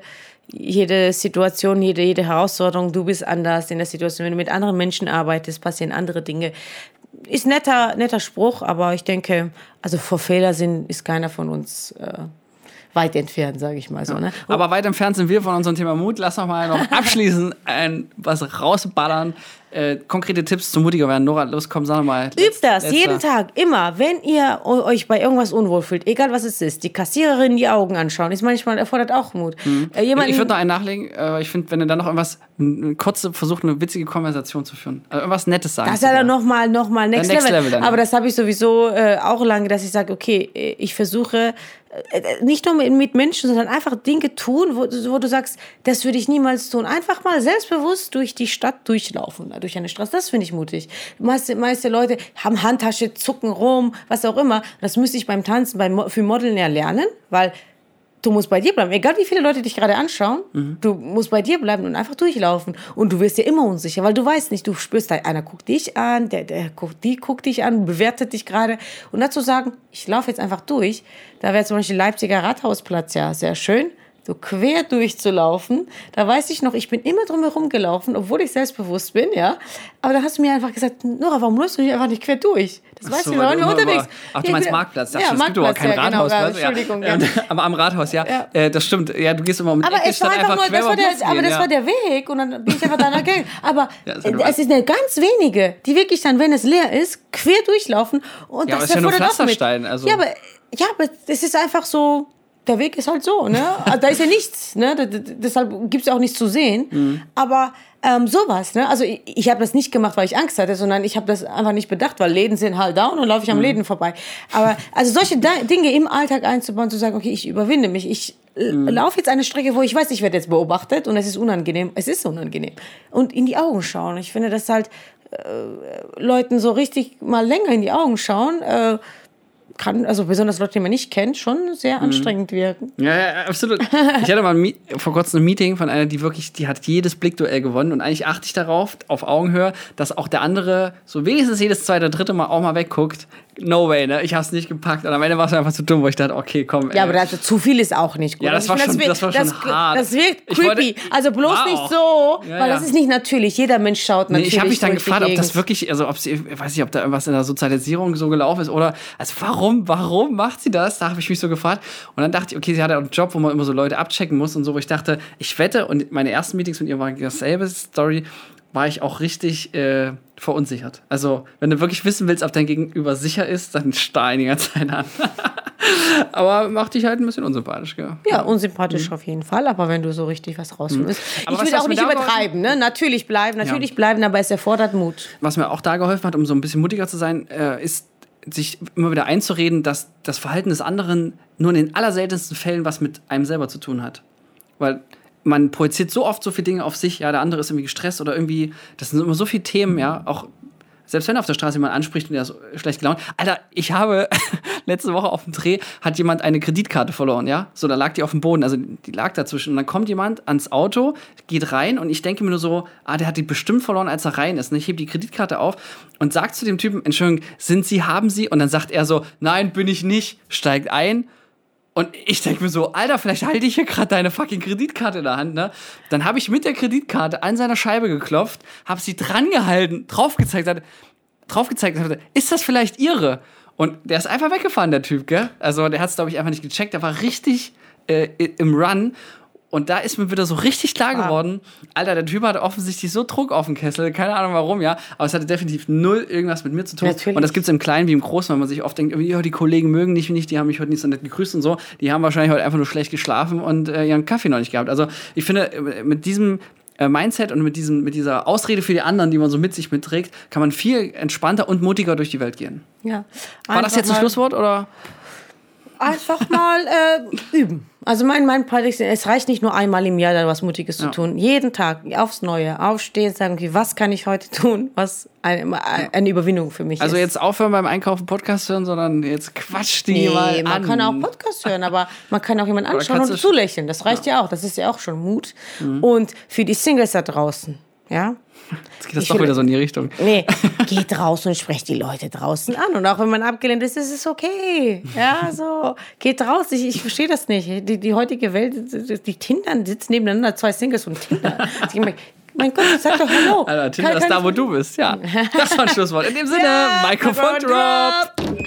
Situation, jede Herausforderung, du bist anders in der Situation. Wenn du mit anderen Menschen arbeitest, passieren andere Dinge. Ist netter Spruch, aber ich denke, also vor Fehler ist keiner von uns weit entfernt, sage ich mal so. Ne?
Aber weit entfernt sind wir von unserem Thema Mut. Lass noch mal abschließend was rausballern. Konkrete Tipps zum mutiger werden. Nora, los, komm, sag mal.
Übt das jeden Tag, immer. Wenn ihr euch bei irgendwas unwohl fühlt, egal was es ist, die Kassiererin die Augen anschauen, ist manchmal erfordert auch Mut.
Ich würde noch einen nachlegen. Ich finde, wenn ihr dann noch eine witzige Konversation zu führen. Also irgendwas Nettes sagen.
Das ist ja dann nochmal Next Level. Dann, aber das habe ich sowieso auch lange, dass ich sage, okay, ich versuche nicht nur mit Menschen, sondern einfach Dinge tun, wo du sagst, das würde ich niemals tun. Einfach mal selbstbewusst durch die Stadt durchlaufen, durch eine Straße. Das finde ich mutig. Meiste Leute haben Handtasche, zucken rum, was auch immer. Das müsste ich beim Tanzen, für Modeln ja lernen, weil du musst bei dir bleiben. Egal wie viele Leute dich gerade anschauen, du musst bei dir bleiben und einfach durchlaufen. Und du wirst dir immer unsicher, weil du weißt nicht, du spürst, einer guckt dich an, die guckt dich an, bewertet dich gerade. Und dazu sagen, ich laufe jetzt einfach durch. Da wäre zum Beispiel Leipziger Rathausplatz ja sehr schön. So quer durchzulaufen. Da weiß ich noch, ich bin immer drum herum gelaufen, obwohl ich selbstbewusst bin, ja. Aber da hast du mir einfach gesagt, Nora, warum läufst du nicht einfach nicht quer durch? Das weißt du, wir waren unterwegs.
Ach, du meinst Marktplatz.
Ja, Marktplatz, gibt aber
kein Rathausplatz. Genau, Entschuldigung. Ja. Aber am Rathaus, ja. Das stimmt. Ja, du gehst immer um die Ecke, statt einfach quer über Platz gehen.
Das war der Weg und dann bin ich einfach da gegangen. Aber es ist eine ganz wenige, die wirklich dann, wenn es leer ist, quer durchlaufen. Und
ja, das aber es ist ja nur Pflasterstein. Also.
Ja, aber es ist einfach so... Der Weg ist halt so, ne? Da ist ja nichts, ne? Deshalb gibt es ja auch nichts zu sehen. Aber sowas, ne? Also ich habe das nicht gemacht, weil ich Angst hatte, sondern ich habe das einfach nicht bedacht, weil Läden sind halt da und dann laufe ich am Läden vorbei. Aber also solche Dinge im Alltag einzubauen, zu sagen, okay, ich überwinde mich, ich laufe jetzt eine Strecke, wo ich weiß, ich werde jetzt beobachtet und es ist unangenehm. Es ist unangenehm. Und in die Augen schauen. Ich finde, dass halt Leuten so richtig mal länger in die Augen schauen, kann, also besonders Leute, die man nicht kennt, schon sehr anstrengend wirken.
Ja, absolut. Ich hatte mal vor kurzem ein Meeting von einer, die hat jedes Blickduell gewonnen und eigentlich achte ich darauf, auf Augenhöhe, dass auch der andere so wenigstens jedes zweite, dritte Mal auch mal wegguckt. No way, ne? Ich hab's nicht gepackt und am Ende war es einfach zu dumm, wo ich dachte, okay, komm.
Ja, aber zu viel ist auch nicht gut.
Ja, das war schon hart.
Das wirkt creepy. Also bloß nicht so, weil das ist nicht natürlich. Jeder Mensch schaut natürlich.
Ich habe mich dann gefragt, ob das wirklich, also ich weiß nicht, ob da irgendwas in der Sozialisierung so gelaufen ist oder, also warum macht sie das? Da habe ich mich so gefragt. Und dann dachte ich, okay, sie hat ja einen Job, wo man immer so Leute abchecken muss und so, wo ich dachte, ich wette, und meine ersten Meetings mit ihr waren dasselbe Story, war ich auch richtig verunsichert. Also, wenn du wirklich wissen willst, ob dein Gegenüber sicher ist, dann starr ihn die ganze Zeit an. Aber macht dich halt ein bisschen unsympathisch, gell?
Ja, unsympathisch auf jeden Fall. Aber wenn du so richtig was rausfindest. Ich will auch nicht übertreiben, ne? Natürlich bleiben, aber es erfordert Mut.
Was mir auch da geholfen hat, um so ein bisschen mutiger zu sein, ist, sich immer wieder einzureden, dass das Verhalten des anderen nur in den allerseltensten Fällen was mit einem selber zu tun hat. Weil man projiziert so oft so viele Dinge auf sich, ja, der andere ist irgendwie gestresst oder irgendwie, das sind immer so viele Themen, ja, auch selbst wenn auf der Straße jemand anspricht und der ist schlecht gelaunt. Alter, ich habe letzte Woche auf dem Dreh, hat jemand eine Kreditkarte verloren, ja, so, da lag die auf dem Boden, also die lag dazwischen und dann kommt jemand ans Auto, geht rein und ich denke mir nur so, der hat die bestimmt verloren, als er rein ist, und ich hebe die Kreditkarte auf und sag zu dem Typen, Entschuldigung, haben Sie? Und dann sagt er so, nein, bin ich nicht, steigt ein. Und ich denke mir so, Alter, vielleicht halte ich hier gerade deine fucking Kreditkarte in der Hand, ne? Dann habe ich mit der Kreditkarte an seiner Scheibe geklopft, habe sie dran gehalten, draufgezeigt, ist das vielleicht Ihre? Und der ist einfach weggefahren, der Typ, gell? Also der hat es, glaube ich, einfach nicht gecheckt, der war richtig im Run. Und da ist mir wieder so richtig klar geworden, Alter, der Typ hatte offensichtlich so Druck auf dem Kessel, keine Ahnung warum, ja, aber es hatte definitiv null irgendwas mit mir zu tun.
Natürlich.
Und das gibt's im Kleinen wie im Großen, weil man sich oft denkt, ja, die Kollegen mögen dich nicht, die haben mich heute nicht so nett gegrüßt und so, die haben wahrscheinlich heute einfach nur schlecht geschlafen und ihren Kaffee noch nicht gehabt. Also ich finde, mit diesem Mindset und mit dieser Ausrede für die anderen, die man so mit sich mitträgt, kann man viel entspannter und mutiger durch die Welt gehen.
Ja.
War das jetzt ein Schlusswort, oder?
Einfach mal üben. Also mein Part ist, es reicht nicht nur einmal im Jahr, da was Mutiges zu tun. Jeden Tag aufs Neue aufstehen, sagen, okay, was kann ich heute tun, was eine Überwindung für mich ist.
Also jetzt aufhören beim Einkaufen Podcast hören, sondern jetzt quatsch die mal an.
Man kann auch Podcast hören, aber man kann auch jemanden anschauen und zulächeln. Das reicht ja auch. Das ist ja auch schon Mut. Und für die Singles da draußen, ja.
Jetzt geht das doch wieder so in die Richtung.
Nee, geht raus und sprecht die Leute draußen an. Und auch wenn man abgelehnt ist, ist es okay. Ja, so. Geht raus. Ich verstehe das nicht. Die heutige Welt, die Tindern sitzen nebeneinander, 2 Singles und Tinder. Mein Gott, sag doch Hallo.
Alter, Tinder ist da, wo du bist. Ja, das war ein Schlusswort. In dem Sinne, Mikrofon Drop.